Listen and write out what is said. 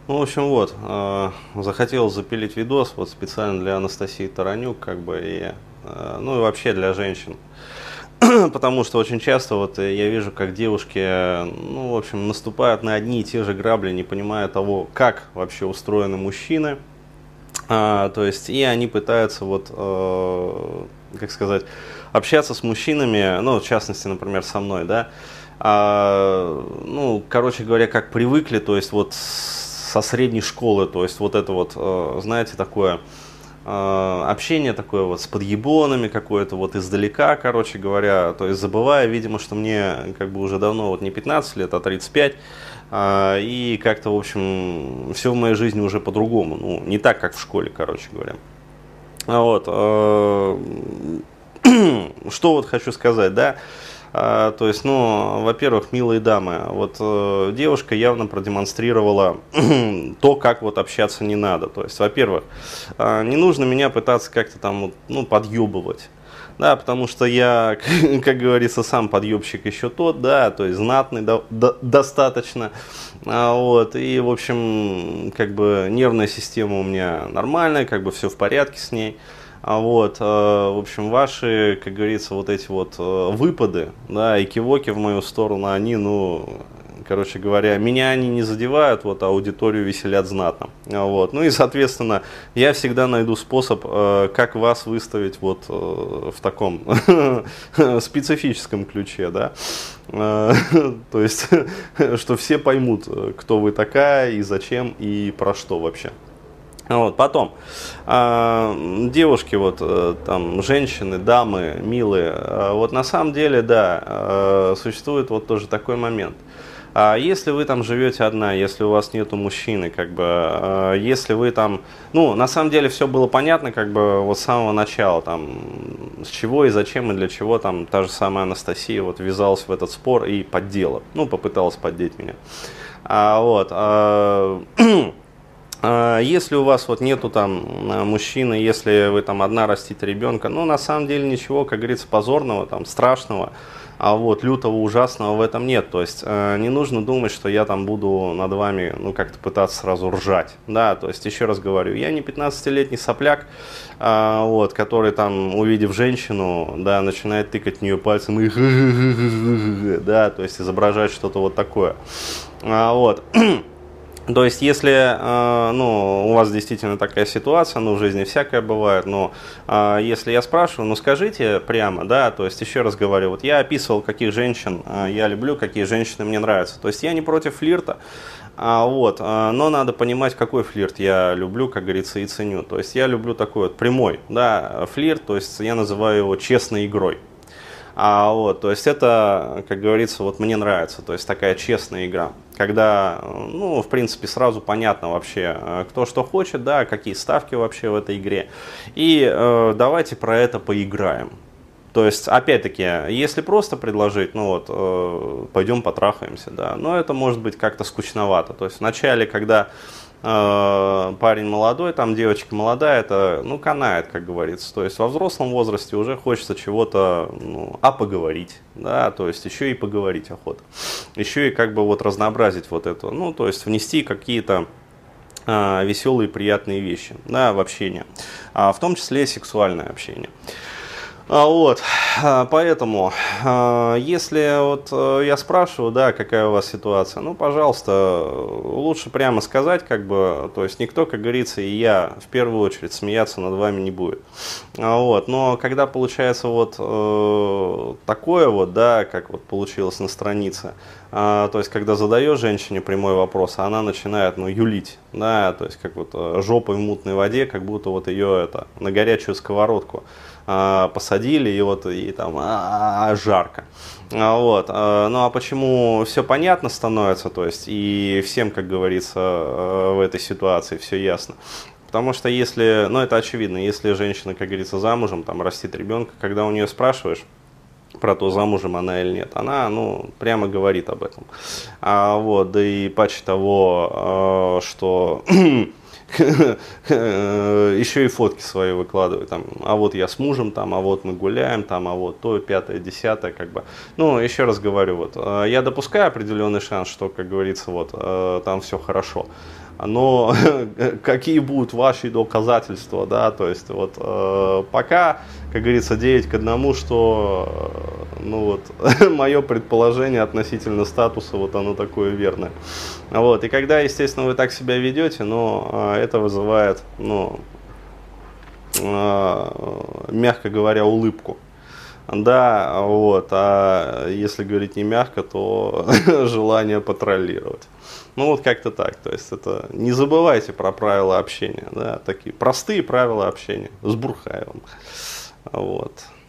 Ну, в общем, вот, захотел запилить видос вот специально для Анастасии Таранюк, как бы, ну и вообще для женщин. Потому что очень часто вот я вижу, как девушки, ну, в общем, наступают на одни и те же грабли, не понимая того, как вообще устроены мужчины. То есть, и они пытаются вот, как сказать, общаться с мужчинами, ну, в частности, например, со мной, да, ну, короче говоря, как привыкли, то есть вот со средней школы, то есть вот это вот, знаете, такое общение такое вот с подъебонами какое-то вот издалека, короче говоря, то есть забывая, видимо, что мне как бы уже давно вот не 15 лет, а 35, и как-то, в общем, все в моей жизни уже по-другому, ну, не так, как в школе, короче говоря. Вот, что вот хочу сказать, да, то есть, ну, во-первых, милые дамы, вот девушка явно продемонстрировала то, как вот общаться не надо. То есть, во-первых, не нужно меня пытаться как-то там, вот, ну, подъебывать. Да, потому что я, как говорится, сам подъебщик еще тот, да, то есть знатный достаточно, вот, и, в общем, как бы нервная система у меня нормальная, как бы все в порядке с ней. Вот, в общем, ваши, как говорится, вот эти вот выпады, да, и кивоки в мою сторону, они, ну, короче говоря, меня они не задевают, вот, а аудиторию веселят знатно. Вот, ну и, соответственно, я всегда найду способ, как вас выставить вот в таком специфическом ключе, да, то есть, что все поймут, кто вы такая и зачем и про что вообще. Вот, потом, девушки, вот, там, женщины, дамы, милые, вот на самом деле, да, существует вот тоже такой момент. Если вы там живете одна, если у вас нету мужчины, как бы, если вы там, ну, на самом деле все было понятно, как бы, вот с самого начала, там, с чего и зачем и для чего там та же самая Анастасия вот ввязалась в этот спор и поддела, ну, попыталась поддеть меня. Вот, если у вас вот нету там мужчины, если вы там одна растите ребенка, ну, на самом деле ничего, как говорится, позорного, там, страшного, вот, лютого, ужасного в этом нет. То есть не нужно думать, что я там буду над вами, ну, как-то пытаться сразу ржать, да, то есть еще раз говорю, я не 15-летний сопляк, вот, который там, увидев женщину, да, начинает тыкать в нее пальцем и да, то есть изображать что-то вот такое, вот. То есть, если ну, у вас действительно такая ситуация, ну, в жизни всякое бывает, но если я спрашиваю, ну, скажите прямо, да, то есть, еще раз говорю, вот я описывал, каких женщин я люблю, какие женщины мне нравятся. То есть, я не против флирта, вот, но надо понимать, какой флирт я люблю, как говорится, и ценю. То есть, я люблю такой вот прямой, да, флирт, то есть, я называю его честной игрой. Вот, то есть это, как говорится, вот мне нравится, то есть такая честная игра, когда, ну, в принципе, сразу понятно вообще, кто что хочет, да, какие ставки вообще в этой игре, и давайте про это поиграем. То есть, опять-таки, если просто предложить, ну вот, пойдем потрахаемся, да, но это может быть как-то скучновато. То есть, вначале, когда парень молодой, там девочка молодая, это, ну, канает, как говорится. То есть, во взрослом возрасте уже хочется чего-то, ну, поговорить, да, то есть, еще и поговорить охота. Еще и как бы вот разнообразить вот это, ну, то есть, внести какие-то веселые, приятные вещи, да, в общение, в том числе и сексуальное общение. Вот, поэтому, если вот я спрашиваю, да, какая у вас ситуация, ну, пожалуйста, лучше прямо сказать, как бы, то есть никто, как говорится, и я в первую очередь смеяться над вами не будет. Вот, но когда получается вот такое вот, да, как вот получилось на странице, то есть когда задаешь женщине прямой вопрос, а она начинает, ну, юлить, да, то есть как вот жопой в мутной воде, как будто вот ее это на горячую сковородку посадили, и вот и там жарко. Вот. Ну а почему все понятно становится, то есть и всем, как говорится, в этой ситуации все ясно. Потому что если, ну это очевидно, если женщина, как говорится, замужем, там растит ребенка, когда у нее спрашиваешь про то, замужем она или нет, она, ну, прямо говорит об этом. Вот, да и паче того, что еще и фотки свои выкладывать, там, а вот я с мужем, там, а вот мы гуляем, там, а вот то, пятое, десятое, как бы. Ну, еще раз говорю, вот, я допускаю определенный шанс, что, как говорится, вот, там все хорошо. Но какие будут ваши доказательства, да, то есть вот пока, как говорится, 9-1, что, ну вот, мое предположение относительно статуса, вот оно такое верное. Вот, и когда, естественно, вы так себя ведете, но это вызывает, ну, мягко говоря, улыбку. Да, вот, а если говорить не мягко, то желание потроллировать. Ну вот как-то так, то есть это не забывайте про правила общения, да, такие простые правила общения с Бурхаевым, вот.